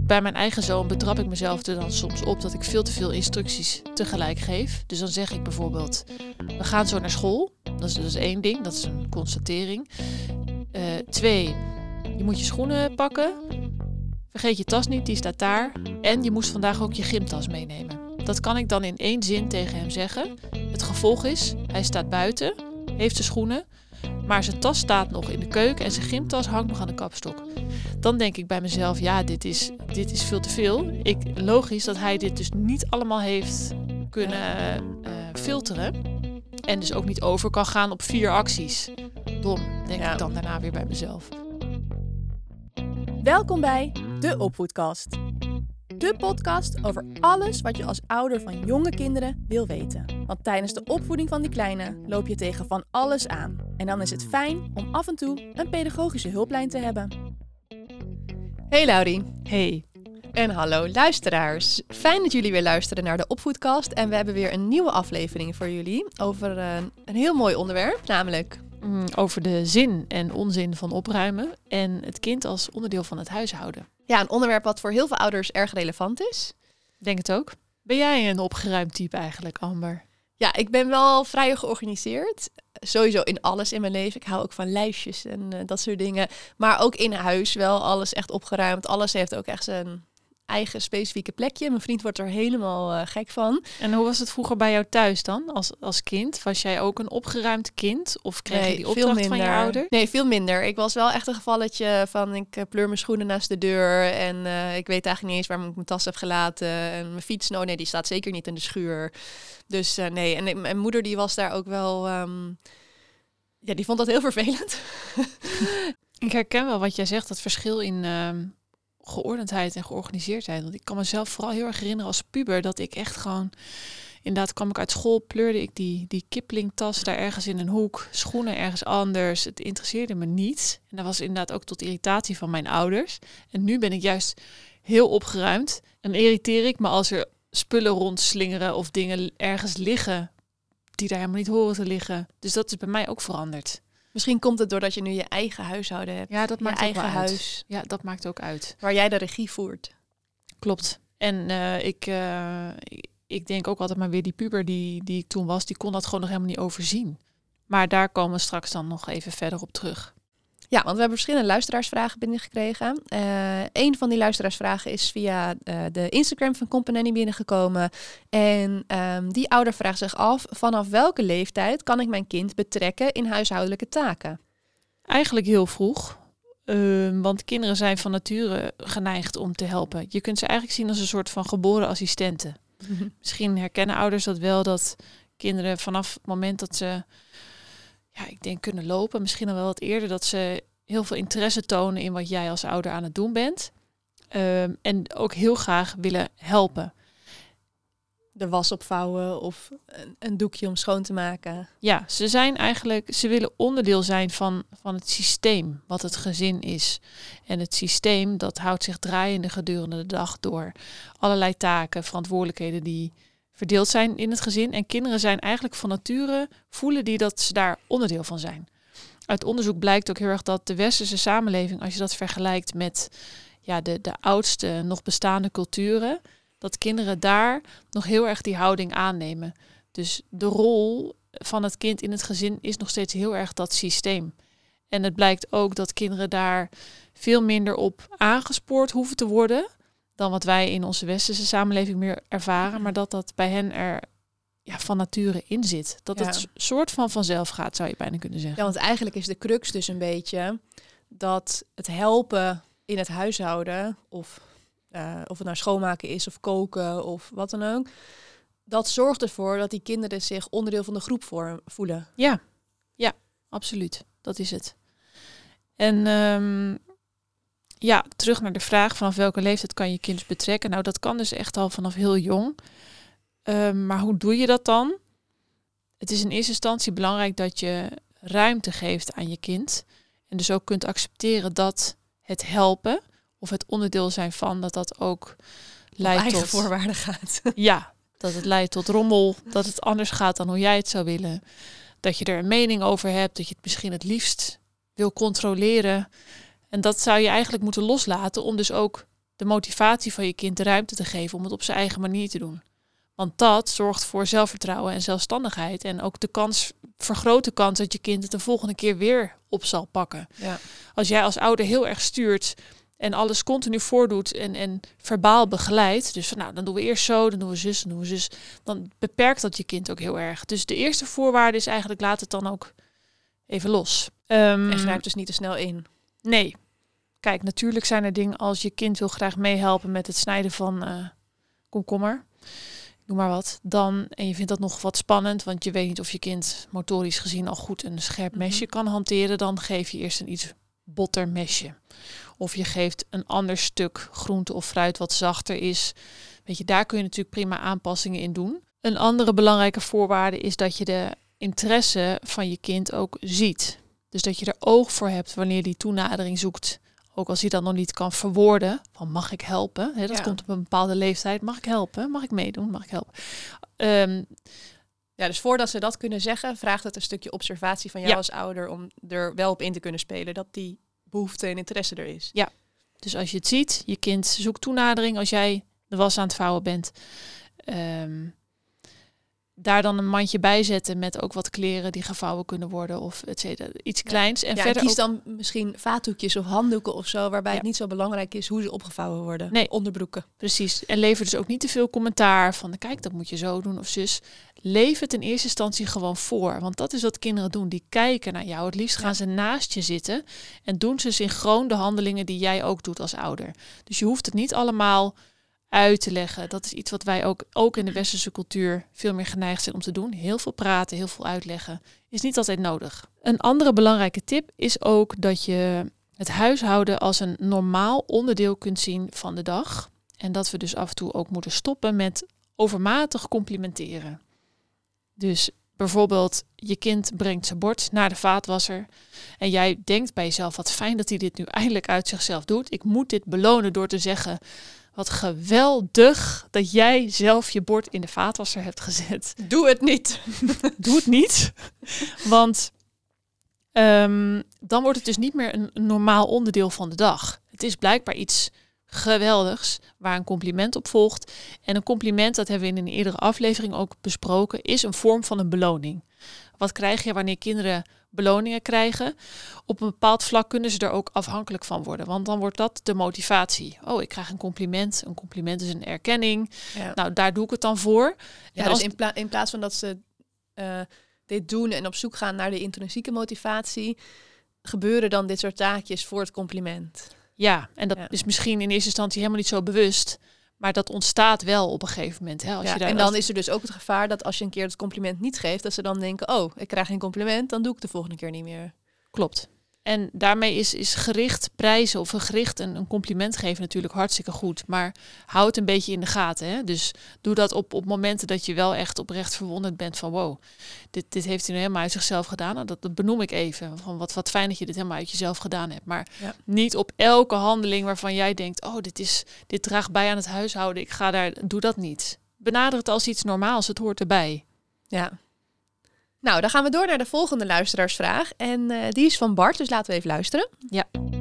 Bij mijn eigen zoon betrap ik mezelf er dan soms op dat ik veel te veel instructies tegelijk geef. Dus dan zeg ik bijvoorbeeld, we gaan zo naar school. Dat is 1 ding, dat is een constatering. 2, je moet je schoenen pakken. Vergeet je tas niet, die staat daar. En je moest vandaag ook je gymtas meenemen. Dat kan ik dan in 1 zin tegen hem zeggen. Het gevolg is, hij staat buiten, heeft zijn schoenen, maar zijn tas staat nog in de keuken en zijn gymtas hangt nog aan de kapstok. Dan denk ik bij mezelf, ja, dit is veel te veel. Logisch dat hij dit dus niet allemaal heeft kunnen filteren. En dus ook niet over kan gaan op 4 acties. Dom, denk ik dan daarna weer bij mezelf. Welkom bij De Opvoedkast. De podcast over alles wat je als ouder van jonge kinderen wil weten. Want tijdens de opvoeding van die kleine loop je tegen van alles aan. En dan is het fijn om af en toe een pedagogische hulplijn te hebben. Hey Laurie. Hey. En hallo luisteraars. Fijn dat jullie weer luisteren naar de Opvoedkast. En we hebben weer een nieuwe aflevering voor jullie over een heel mooi onderwerp, namelijk over de zin en onzin van opruimen en het kind als onderdeel van het huishouden. Ja, een onderwerp wat voor heel veel ouders erg relevant is. Denk het ook. Ben jij een opgeruimd type eigenlijk, Amber? Ja, ik ben wel vrij georganiseerd. Sowieso in alles in mijn leven. Ik hou ook van lijstjes en dat soort dingen. Maar ook in huis wel alles echt opgeruimd. Alles heeft ook echt zijn eigen specifieke plekje. Mijn vriend wordt er helemaal gek van. En hoe was het vroeger bij jou thuis dan, als kind? Was jij ook een opgeruimd kind? Of kreeg je die opdracht van je ouder? Nee, veel minder. Ik was wel echt een gevalletje van ik pleur mijn schoenen naast de deur. En ik weet eigenlijk niet eens waar ik mijn tas heb gelaten. En mijn fiets, die staat zeker niet in de schuur. Dus nee, en mijn moeder die was daar ook wel... die vond dat heel vervelend. Ik herken wel wat jij zegt, dat verschil in... geordendheid en georganiseerdheid. Want ik kan mezelf vooral heel erg herinneren als puber dat ik echt gewoon... Inderdaad kwam ik uit school, pleurde ik die Kipling-tas daar ergens in een hoek. Schoenen ergens anders. Het interesseerde me niet. En dat was inderdaad ook tot irritatie van mijn ouders. En nu ben ik juist heel opgeruimd. En irriteer ik me als er spullen rondslingeren of dingen ergens liggen die daar helemaal niet horen te liggen. Dus dat is bij mij ook veranderd. Misschien komt het doordat je nu je eigen huishouden hebt. Ja, dat maakt je ook eigen huis. huis. Ja, dat maakt ook uit. Waar jij de regie voert. Klopt. En ik denk ook altijd maar weer die puber die ik toen was, die kon dat gewoon nog helemaal niet overzien. Maar daar komen we straks dan nog even verder op terug. Ja, want we hebben verschillende luisteraarsvragen binnengekregen. Een van die luisteraarsvragen is via de Instagram van Companany binnengekomen. En die ouder vraagt zich af, vanaf welke leeftijd kan ik mijn kind betrekken in huishoudelijke taken? Eigenlijk heel vroeg. Want kinderen zijn van nature geneigd om te helpen. Je kunt ze eigenlijk zien als een soort van geboren assistenten. Misschien herkennen ouders dat wel, dat kinderen vanaf het moment dat ze... Ja, ik denk kunnen lopen, misschien al wel wat eerder, dat ze heel veel interesse tonen in wat jij als ouder aan het doen bent. En ook heel graag willen helpen. De was opvouwen of een doekje om schoon te maken. Ja, ze willen onderdeel zijn van het systeem wat het gezin is. En het systeem dat houdt zich draaiende gedurende de dag door allerlei taken, verantwoordelijkheden die verdeeld zijn in het gezin. En kinderen zijn eigenlijk van nature, voelen die dat ze daar onderdeel van zijn. Uit onderzoek blijkt ook heel erg dat de westerse samenleving, als je dat vergelijkt met de oudste nog bestaande culturen, dat kinderen daar nog heel erg die houding aannemen. Dus de rol van het kind in het gezin is nog steeds heel erg dat systeem. En het blijkt ook dat kinderen daar veel minder op aangespoord hoeven te worden dan wat wij in onze westerse samenleving meer ervaren, maar dat bij hen er van nature in zit. Dat het soort van vanzelf gaat, zou je bijna kunnen zeggen. Ja, want eigenlijk is de crux dus een beetje dat het helpen in het huishouden, of het nou schoonmaken is of koken of wat dan ook, dat zorgt ervoor dat die kinderen zich onderdeel van de groep voelen. Ja, absoluut. Dat is het. En terug naar de vraag, vanaf welke leeftijd kan je kind betrekken? Nou, dat kan dus echt al vanaf heel jong. Maar hoe doe je dat dan? Het is in eerste instantie belangrijk dat je ruimte geeft aan je kind. En dus ook kunt accepteren dat het helpen of het onderdeel zijn van, dat ook leidt tot eigen voorwaarden gaat. Ja, dat het leidt tot rommel, dat het anders gaat dan hoe jij het zou willen. Dat je er een mening over hebt, dat je het misschien het liefst wil controleren. En dat zou je eigenlijk moeten loslaten om dus ook de motivatie van je kind de ruimte te geven om het op zijn eigen manier te doen. Want dat zorgt voor zelfvertrouwen en zelfstandigheid. En ook vergroot de kans dat je kind het de volgende keer weer op zal pakken. Ja. Als jij als ouder heel erg stuurt en alles continu voordoet en verbaal begeleidt. Dus van, dan doen we eerst zo, dan doen we zus. Dan beperkt dat je kind ook heel erg. Dus de eerste voorwaarde is eigenlijk laat het dan ook even los. En grijp dus niet te snel in. Nee. Kijk, natuurlijk zijn er dingen als je kind wil graag meehelpen met het snijden van komkommer. Noem maar wat. En je vindt dat nog wat spannend, want je weet niet of je kind motorisch gezien al goed een scherp mesje kan hanteren. Dan geef je eerst een iets botter mesje. Of je geeft een ander stuk groente of fruit wat zachter is. Weet je, daar kun je natuurlijk prima aanpassingen in doen. Een andere belangrijke voorwaarde is dat je de interesse van je kind ook ziet. Dus dat je er oog voor hebt wanneer die toenadering zoekt. Ook als hij dat nog niet kan verwoorden. Van mag ik helpen? Dat komt op een bepaalde leeftijd. Mag ik helpen? Mag ik meedoen? Mag ik helpen? Dus voordat ze dat kunnen zeggen, vraagt het een stukje observatie van jou als ouder om er wel op in te kunnen spelen dat die behoefte en interesse er is. Ja, dus als je het ziet, je kind zoekt toenadering als jij de was aan het vouwen bent. Daar dan een mandje bij zetten met ook wat kleren die gevouwen kunnen worden of et cetera. Iets kleins. En verder kies dan misschien vaatdoekjes of handdoeken of zo, waarbij het niet zo belangrijk is hoe ze opgevouwen worden. Nee. Onderbroeken. Precies. En lever dus ook niet te veel commentaar van kijk, dat moet je zo doen of zus. Leef het in eerste instantie gewoon voor. Want dat is wat kinderen doen. Die kijken naar jou. Het liefst gaan ze naast je zitten en doen ze synchroon de handelingen die jij ook doet als ouder. Dus je hoeft het niet allemaal uit te leggen. Dat is iets wat wij ook in de westerse cultuur veel meer geneigd zijn om te doen. Heel veel praten, heel veel uitleggen. Is niet altijd nodig. Een andere belangrijke tip is ook dat je het huishouden als een normaal onderdeel kunt zien van de dag. En dat we dus af en toe ook moeten stoppen met overmatig complimenteren. Dus bijvoorbeeld je kind brengt zijn bord naar de vaatwasser. En jij denkt bij jezelf, wat fijn dat hij dit nu eindelijk uit zichzelf doet. Ik moet dit belonen door te zeggen, wat geweldig dat jij zelf je bord in de vaatwasser hebt gezet. Doe het niet. Doe het niet. Want dan wordt het dus niet meer een normaal onderdeel van de dag. Het is blijkbaar iets geweldigs waar een compliment op volgt. En een compliment, dat hebben we in een eerdere aflevering ook besproken, is een vorm van een beloning. Wat krijg je wanneer kinderen beloningen krijgen? Op een bepaald vlak kunnen ze er ook afhankelijk van worden. Want dan wordt dat de motivatie. Oh, ik krijg een compliment. Een compliment is een erkenning. Ja. Nou, daar doe ik het dan voor. Ja, en dus in plaats van dat ze dit doen en op zoek gaan naar de intrinsieke motivatie, gebeuren dan dit soort taakjes voor het compliment. Ja, en dat is misschien in eerste instantie helemaal niet zo bewust. Maar dat ontstaat wel op een gegeven moment. Hè, als je daar en dan is er dus ook het gevaar dat als je een keer het compliment niet geeft, dat ze dan denken, oh, ik krijg geen compliment, dan doe ik de volgende keer niet meer. Klopt. En daarmee is gericht prijzen of gericht een compliment geven natuurlijk hartstikke goed. Maar hou het een beetje in de gaten. Hè? Dus doe dat op momenten dat je wel echt oprecht verwonderd bent van wow, dit heeft hij nu helemaal uit zichzelf gedaan. Nou, dat benoem ik even. Van wat fijn dat je dit helemaal uit jezelf gedaan hebt. Maar niet op elke handeling waarvan jij denkt, oh, dit draagt bij aan het huishouden. Doe dat niet. Benader het als iets normaals. Het hoort erbij. Ja. Nou, dan gaan we door naar de volgende luisteraarsvraag. En die is van Bart, dus laten we even luisteren. Ja.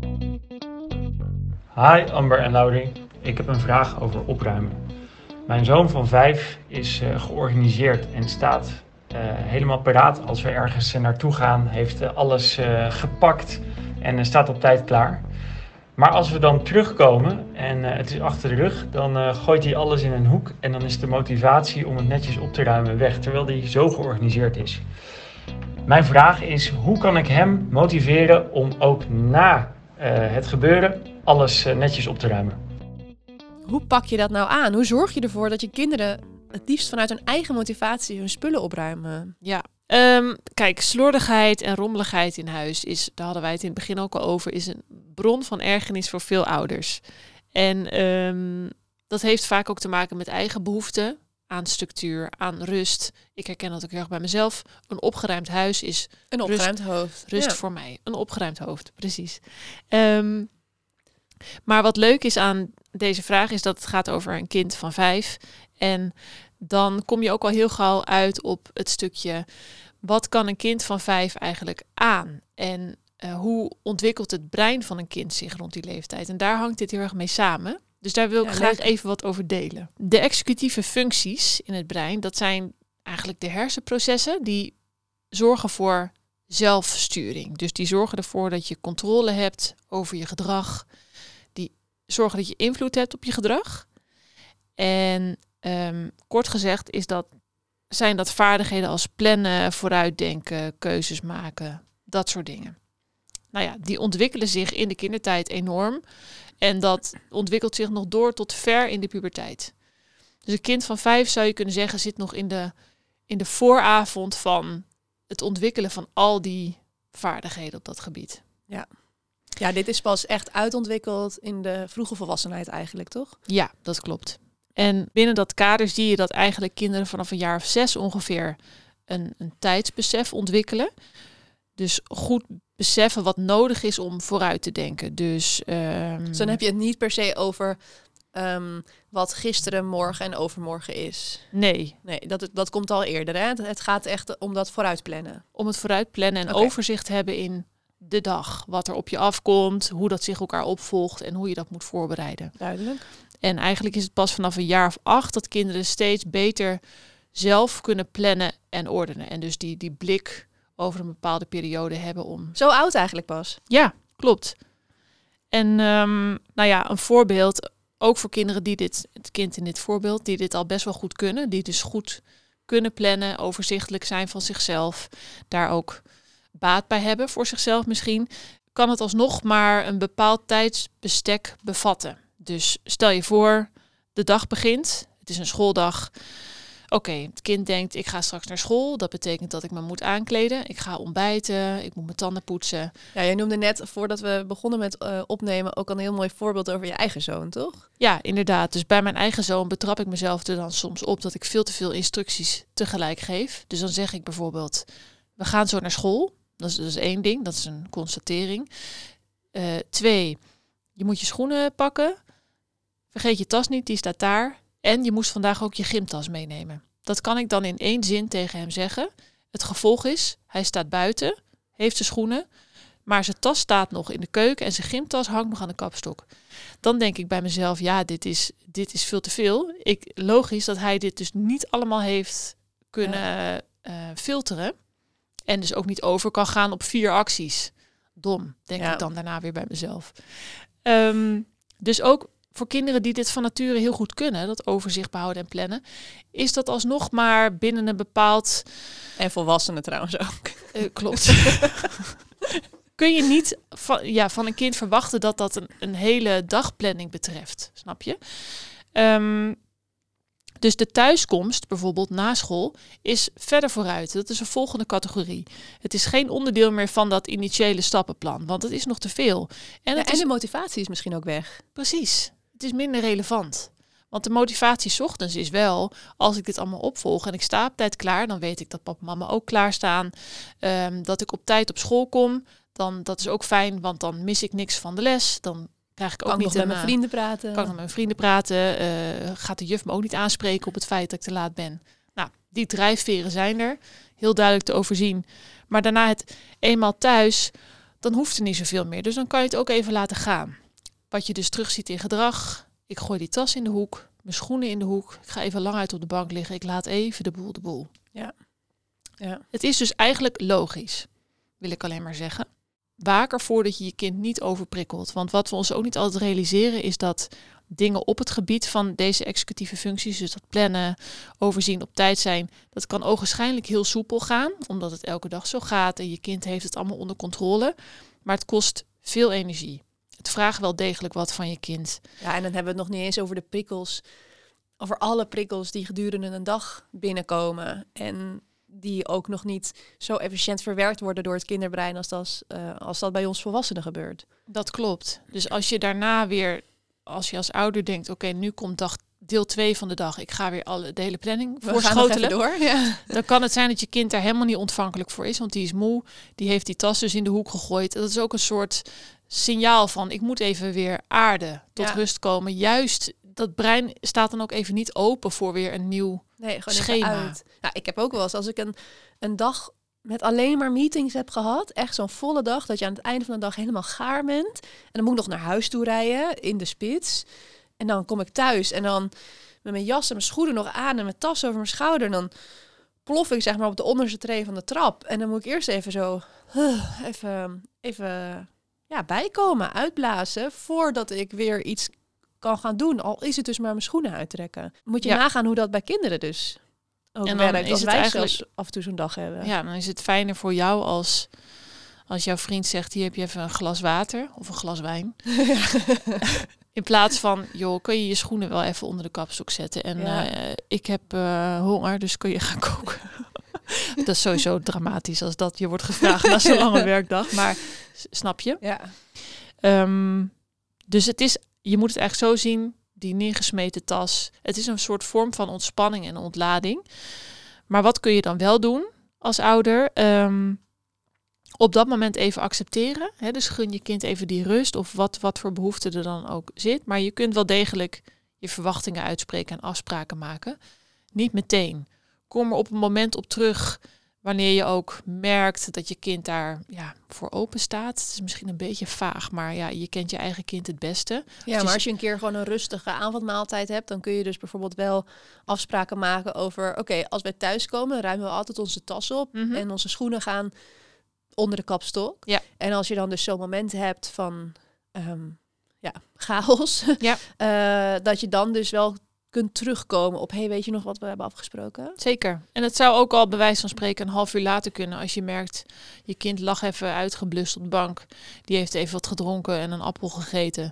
Hi Amber en Laurie. Ik heb een vraag over opruimen. Mijn zoon van 5 is georganiseerd en staat helemaal paraat als we ergens naartoe gaan. Heeft alles gepakt en staat op tijd klaar. Maar als we dan terugkomen en het is achter de rug, dan gooit hij alles in een hoek. En dan is de motivatie om het netjes op te ruimen weg, terwijl hij zo georganiseerd is. Mijn vraag is, hoe kan ik hem motiveren om ook na het gebeuren alles netjes op te ruimen? Hoe pak je dat nou aan? Hoe zorg je ervoor dat je kinderen het liefst vanuit hun eigen motivatie hun spullen opruimen? Ja. Kijk, slordigheid en rommeligheid in huis daar hadden wij het in het begin ook al over, is een bron van ergernis voor veel ouders. En dat heeft vaak ook te maken met eigen behoeften aan structuur, aan rust. Ik herken dat ook heel erg bij mezelf. Een opgeruimd huis is een opgeruimd hoofd. Rust voor mij. Een opgeruimd hoofd, precies. Maar wat leuk is aan deze vraag is dat het gaat over een kind van 5. En dan kom je ook al heel gauw uit op het stukje, wat kan een kind van 5 eigenlijk aan? En hoe ontwikkelt het brein van een kind zich rond die leeftijd? En daar hangt dit heel erg mee samen. Dus daar wil ik graag leuk. even wat over delen. De executieve functies in het brein, dat zijn eigenlijk de hersenprocessen die zorgen voor zelfsturing. Dus die zorgen ervoor dat je controle hebt over je gedrag. Die zorgen dat je invloed hebt op je gedrag. En kort gezegd zijn dat vaardigheden als plannen, vooruitdenken, keuzes maken, dat soort dingen. Nou ja, die ontwikkelen zich in de kindertijd enorm. En dat ontwikkelt zich nog door tot ver in de puberteit. Dus een kind van 5 zou je kunnen zeggen zit nog in de vooravond van het ontwikkelen van al die vaardigheden op dat gebied. Ja, dit is pas echt uitontwikkeld in de vroege volwassenheid eigenlijk, toch? Ja, dat klopt. En binnen dat kader zie je dat eigenlijk kinderen vanaf een jaar of 6 ongeveer een tijdsbesef ontwikkelen. Dus goed beseffen wat nodig is om vooruit te denken. Dus dan heb je het niet per se over wat gisteren, morgen en overmorgen is. Nee, Dat komt al eerder. Hè? Het gaat echt om dat vooruitplannen. om het vooruitplannen en Oké. overzicht hebben in de dag. Wat er op je afkomt, hoe dat zich elkaar opvolgt en hoe je dat moet voorbereiden. Duidelijk. En eigenlijk is het pas vanaf een jaar of 8 dat kinderen steeds beter zelf kunnen plannen en ordenen. En dus die blik over een bepaalde periode hebben om... Zo oud eigenlijk pas. Ja, klopt. En een voorbeeld, ook voor kinderen het kind in dit voorbeeld, die dit al best wel goed kunnen. Die dus goed kunnen plannen, overzichtelijk zijn van zichzelf. Daar ook baat bij hebben voor zichzelf misschien. Kan het alsnog maar een bepaald tijdsbestek bevatten. Dus stel je voor, de dag begint. Het is een schooldag. Oké, het kind denkt, ik ga straks naar school. Dat betekent dat ik me moet aankleden. Ik ga ontbijten. Ik moet mijn tanden poetsen. Ja, jij noemde net, voordat we begonnen met opnemen, ook een heel mooi voorbeeld over je eigen zoon, toch? Ja, inderdaad. Dus bij mijn eigen zoon betrap ik mezelf er dan soms op dat ik veel te veel instructies tegelijk geef. Dus dan zeg ik bijvoorbeeld, we gaan zo naar school. Dat is 1 ding, dat is een constatering. 2, je moet je schoenen pakken. Vergeet je tas niet, die staat daar. En je moest vandaag ook je gymtas meenemen. Dat kan ik dan in 1 zin tegen hem zeggen. Het gevolg is, hij staat buiten, heeft zijn schoenen, maar zijn tas staat nog in de keuken en zijn gymtas hangt nog aan de kapstok. Dan denk ik bij mezelf, ja, dit is veel te veel. Logisch dat hij dit dus niet allemaal heeft kunnen filteren. En dus ook niet over kan gaan op 4 acties. Dom, denk ik dan daarna weer bij mezelf. Dus ook voor kinderen die dit van nature heel goed kunnen, dat overzicht behouden en plannen, is dat alsnog maar binnen een bepaald... En volwassenen trouwens ook. Klopt. Kun je niet van een kind verwachten dat dat een hele dagplanning betreft, snap je? Dus de thuiskomst, bijvoorbeeld na school, is verder vooruit. Dat is een volgende categorie. Het is geen onderdeel meer van dat initiële stappenplan, want het is nog te veel. En de motivatie is misschien ook weg. Precies. Het is minder relevant. Want de motivatie 's ochtends is wel, als ik dit allemaal opvolg en ik sta op tijd klaar, dan weet ik dat papa en mama ook klaarstaan. Dat ik op tijd op school kom, dat is ook fijn, want dan mis ik niks van de les. Dan krijg ik ook kan niet nog met mijn vrienden praten. Kan ik nog met mijn vrienden praten. Gaat de juf me ook niet aanspreken op het feit dat ik te laat ben. Nou, die drijfveren zijn er. Heel duidelijk te overzien. Maar daarna het eenmaal thuis, dan hoeft er niet zoveel meer. Dus dan kan je het ook even laten gaan. Wat je dus terugziet in gedrag. Ik gooi die tas in de hoek. Mijn schoenen in de hoek. Ik ga even lang uit op de bank liggen. Ik laat even de boel. Ja. Het is dus eigenlijk logisch. Wil ik alleen maar zeggen. Waak ervoor dat je je kind niet overprikkelt. Want wat we ons ook niet altijd realiseren is dat dingen op het gebied van deze executieve functies, dus dat plannen, overzien, op tijd zijn, dat kan ogenschijnlijk heel soepel gaan, omdat het elke dag zo gaat en je kind heeft het allemaal onder controle. Maar het kost veel energie. Het vraagt wel degelijk wat van je kind. Ja, en dan hebben we het nog niet eens over de prikkels, over alle prikkels die gedurende een dag binnenkomen en die ook nog niet zo efficiënt verwerkt worden door het kinderbrein als dat bij ons volwassenen gebeurt. Dat klopt. Dus als je daarna weer, als je als ouder denkt, oké, nu komt deel 2 van de dag. Ik ga weer de hele planning voorschotelen. Door. Ja. Dan kan het zijn dat je kind daar helemaal niet ontvankelijk voor is, want die is moe. Die heeft die tas dus in de hoek gegooid. Dat is ook een soort signaal van, ik moet even weer aarden, tot rust komen. Juist dat brein staat dan ook even niet open voor weer een nieuw schema. Uit. Nou, ik heb ook wel eens, als ik een dag met alleen maar meetings heb gehad, echt zo'n volle dag, dat je aan het einde van de dag helemaal gaar bent. En dan moet ik nog naar huis toe rijden, in de spits. En En dan kom ik thuis en dan met mijn jas en mijn schoenen nog aan en mijn tas over mijn schouder. En dan plof ik zeg maar op de onderste tree van de trap. En dan moet ik eerst even zo even bijkomen, uitblazen, voordat ik weer iets kan gaan doen. Al is het dus maar mijn schoenen uittrekken. Moet je nagaan hoe dat bij kinderen dus ook en werkt. Als wij eigenlijk zelfs af en toe zo'n dag hebben. Ja, dan is het fijner voor jou als jouw vriend zegt, hier heb je even een glas water of een glas wijn. In plaats van, joh, kun je je schoenen wel even onder de kapstok zetten. En ik heb honger, dus kun je gaan koken. Dat is sowieso dramatisch als dat je wordt gevraagd na zo'n lange werkdag. Maar snap je? Ja. Dus je moet het eigenlijk zo zien, die neergesmeten tas. Het is een soort vorm van ontspanning en ontlading. Maar wat kun je dan wel doen als ouder? Op dat moment even accepteren. Hè? Dus gun je kind even die rust of wat voor behoefte er dan ook zit. Maar je kunt wel degelijk je verwachtingen uitspreken en afspraken maken. Niet meteen. Kom er op een moment op terug wanneer je ook merkt dat je kind daar voor open staat. Het is misschien een beetje vaag, maar je kent je eigen kind het beste. Ja, maar als je een keer gewoon een rustige avondmaaltijd hebt, dan kun je dus bijvoorbeeld wel afspraken maken over, oké, als wij thuiskomen, ruimen we altijd onze tas op en onze schoenen gaan onder de kapstok. Ja. En als je dan dus zo'n moment hebt van chaos, dat je dan dus wel kunt terugkomen op, weet je nog wat we hebben afgesproken? Zeker. En het zou ook al bij wijze van spreken een half uur later kunnen als je merkt, je kind lag even uitgeblust op de bank. Die heeft even wat gedronken en een appel gegeten.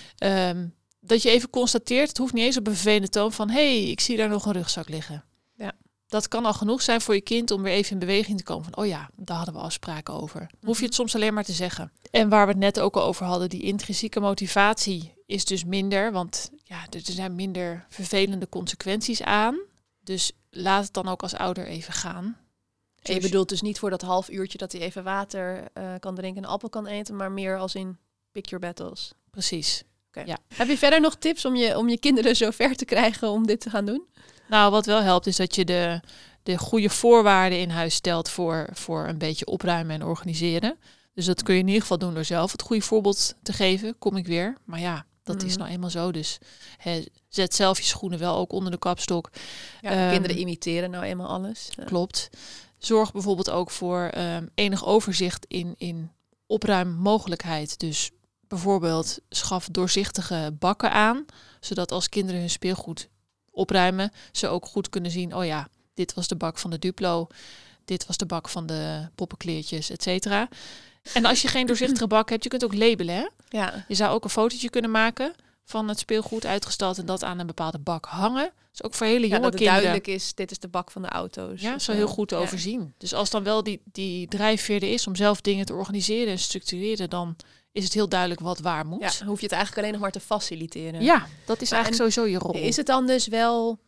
Dat je even constateert, het hoeft niet eens op een vervelende toon van, ik zie daar nog een rugzak liggen. Ja. Dat kan al genoeg zijn voor je kind om weer even in beweging te komen van, daar hadden we afspraken over. Hoef je het soms alleen maar te zeggen. En waar we het net ook al over hadden, die intrinsieke motivatie is dus minder, want er zijn minder vervelende consequenties aan. Dus laat het dan ook als ouder even gaan. En je bedoelt dus niet voor dat half uurtje dat hij even water kan drinken en een appel kan eten, maar meer als in pick your battles. Precies. Okay. Ja. Heb je verder nog tips om je kinderen zo ver te krijgen om dit te gaan doen? Nou, wat wel helpt is dat je de goede voorwaarden in huis stelt voor een beetje opruimen en organiseren. Dus dat kun je in ieder geval doen door zelf het goede voorbeeld te geven. Kom ik weer. Maar dat is nou eenmaal zo. Dus zet zelf je schoenen wel ook onder de kapstok. Ja, kinderen imiteren nou eenmaal alles. Ja. Klopt. Zorg bijvoorbeeld ook voor enig overzicht in opruimmogelijkheid. Dus bijvoorbeeld schaf doorzichtige bakken aan, zodat als kinderen hun speelgoed opruimen, ze ook goed kunnen zien, dit was de bak van de Duplo, dit was de bak van de poppenkleertjes, et cetera. En als je geen doorzichtige bak hebt, je kunt ook labelen, hè? Ja. Je zou ook een fotootje kunnen maken van het speelgoed uitgestald en dat aan een bepaalde bak hangen. Dus ook voor hele jonge dat kinderen. Duidelijk is, dit is de bak van de auto's. Ja, zo heel goed te overzien. Dus als dan wel die drijfveer er is om zelf dingen te organiseren en structureren, dan is het heel duidelijk wat waar moet. Ja, dan hoef je het eigenlijk alleen nog maar te faciliteren. Ja, dat is eigenlijk sowieso je rol. Is het dan dus wel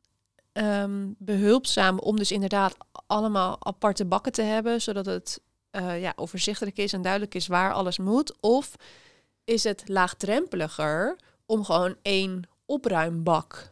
behulpzaam om dus inderdaad allemaal aparte bakken te hebben, zodat het overzichtelijk is en duidelijk is waar alles moet? Of is het laagdrempeliger om gewoon 1 opruimbak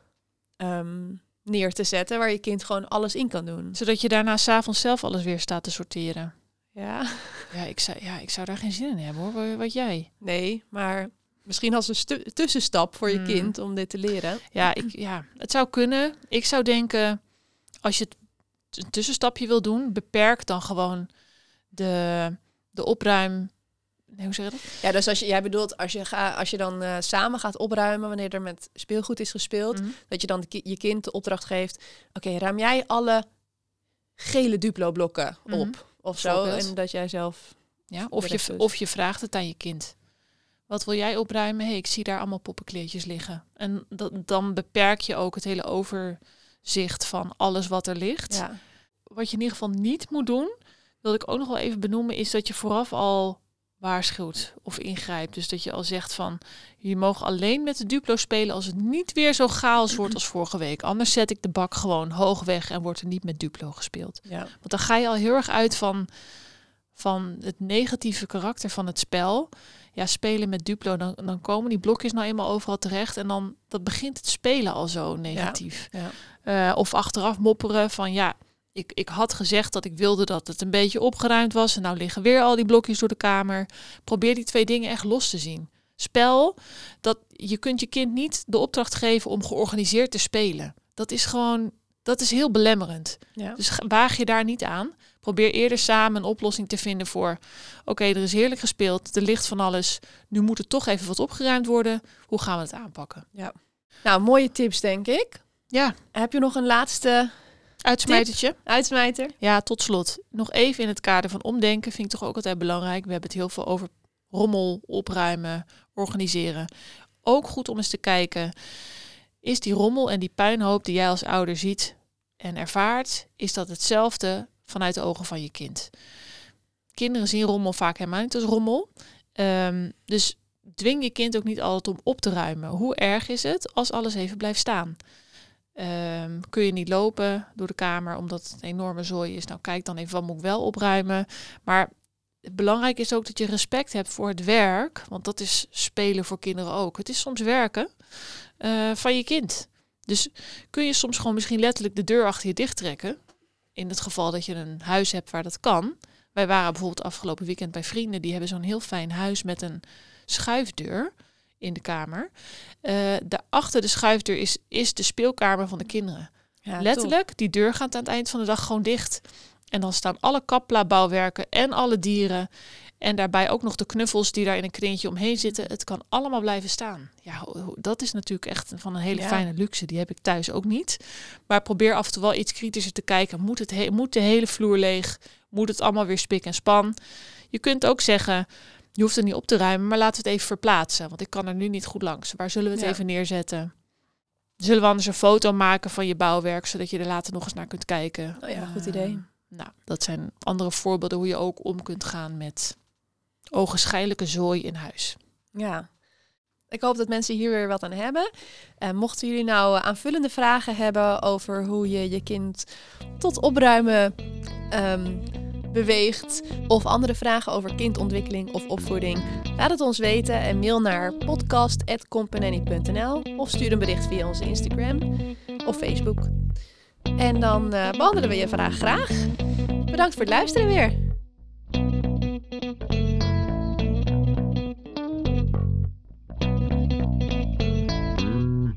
neer te zetten waar je kind gewoon alles in kan doen? Zodat je daarna 's avonds zelf alles weer staat te sorteren. Ja. Ik zou daar geen zin in hebben, hoor. Wat jij? Nee, maar misschien als een tussenstap voor je kind om dit te leren. Ja, het zou kunnen. Ik zou denken, als je een tussenstapje wil doen, beperk dan gewoon de opruim. Nee, hoe zeg je dat? Ja, dus jij bedoelt als je dan samen gaat opruimen wanneer er met speelgoed is gespeeld, dat je dan je kind de opdracht geeft, oké, ruim jij alle gele Duplo-blokken op of zo, en dat jij zelf of je vraagt het aan je kind. Wat wil jij opruimen? Ik zie daar allemaal poppenkleertjes liggen. En dan beperk je ook het hele overzicht van alles wat er ligt. Ja. Wat je in ieder geval niet moet doen, wilde ik ook nog wel even benoemen, is dat je vooraf al waarschuwt of ingrijpt. Dus dat je al zegt van, je mogen alleen met de Duplo spelen als het niet weer zo chaos wordt als vorige week. Anders zet ik de bak gewoon hoog weg en wordt er niet met Duplo gespeeld. Ja. Want dan ga je al heel erg uit van het negatieve karakter van het spel. Ja, spelen met Duplo, dan komen die blokjes nou eenmaal overal terecht en dan dat begint het spelen al zo negatief. Ja. Of achteraf mopperen van ik had gezegd dat ik wilde dat het een beetje opgeruimd was en nou liggen weer al die blokjes door de kamer. Probeer die 2 dingen echt los te zien. spel. Dat je kunt je kind niet de opdracht geven om georganiseerd te spelen. Dat is heel belemmerend. Ja. Dus waag je daar niet aan. Probeer eerder samen een oplossing te vinden voor... Oké, er is heerlijk gespeeld, er ligt van alles. Nu moet er toch even wat opgeruimd worden. Hoe gaan we het aanpakken? Ja. Nou, mooie tips, denk ik. Ja. Heb je nog een laatste Uitsmijtertje. uitsmijter? Ja, tot slot. Nog even in het kader van omdenken vind ik toch ook altijd belangrijk. We hebben het heel veel over rommel, opruimen, organiseren. Ook goed om eens te kijken... Is die rommel en die puinhoop die jij als ouder ziet en ervaart... is dat hetzelfde vanuit de ogen van je kind? Kinderen zien rommel vaak helemaal niet als rommel. Dus dwing je kind ook niet altijd om op te ruimen. Hoe erg is het als alles even blijft staan? Kun je niet lopen door de kamer omdat het een enorme zooi is? Nou, kijk dan even, wat moet ik wel opruimen? Maar belangrijk is ook dat je respect hebt voor het werk. Want dat is spelen voor kinderen ook. Het is soms werken van je kind. Dus kun je soms gewoon misschien letterlijk de deur achter je dicht trekken. In het geval dat je een huis hebt waar dat kan. Wij waren bijvoorbeeld afgelopen weekend bij vrienden. Die hebben zo'n heel fijn huis met een schuifdeur in de kamer. Daarachter de schuifdeur is de speelkamer van de kinderen. Ja, Letterlijk, die deur gaat aan het eind van de dag gewoon dicht. En dan staan alle Kapla-bouwwerken en alle dieren. En daarbij ook nog de knuffels die daar in een kringetje omheen zitten. Het kan allemaal blijven staan. Ja, dat is natuurlijk echt van een hele fijne luxe. Die heb ik thuis ook niet. Maar probeer af en toe wel iets kritischer te kijken. Moet de hele vloer leeg? Moet het allemaal weer spik en span? Je kunt ook zeggen, je hoeft het niet op te ruimen, maar laten we het even verplaatsen. Want ik kan er nu niet goed langs. Waar zullen we het even neerzetten? Zullen we anders een foto maken van je bouwwerk, zodat je er later nog eens naar kunt kijken? Oh ja, goed idee. Nou, dat zijn andere voorbeelden hoe je ook om kunt gaan met ogenschijnlijke zooi in huis. Ja. Ik hoop dat mensen hier weer wat aan hebben. Mochten jullie nou aanvullende vragen hebben over hoe je je kind tot opruimen beweegt, of andere vragen over kindontwikkeling of opvoeding, laat het ons weten en mail naar podcast@companany.nl of stuur een bericht via onze Instagram of Facebook. En dan behandelen we je vraag graag. Bedankt voor het luisteren weer.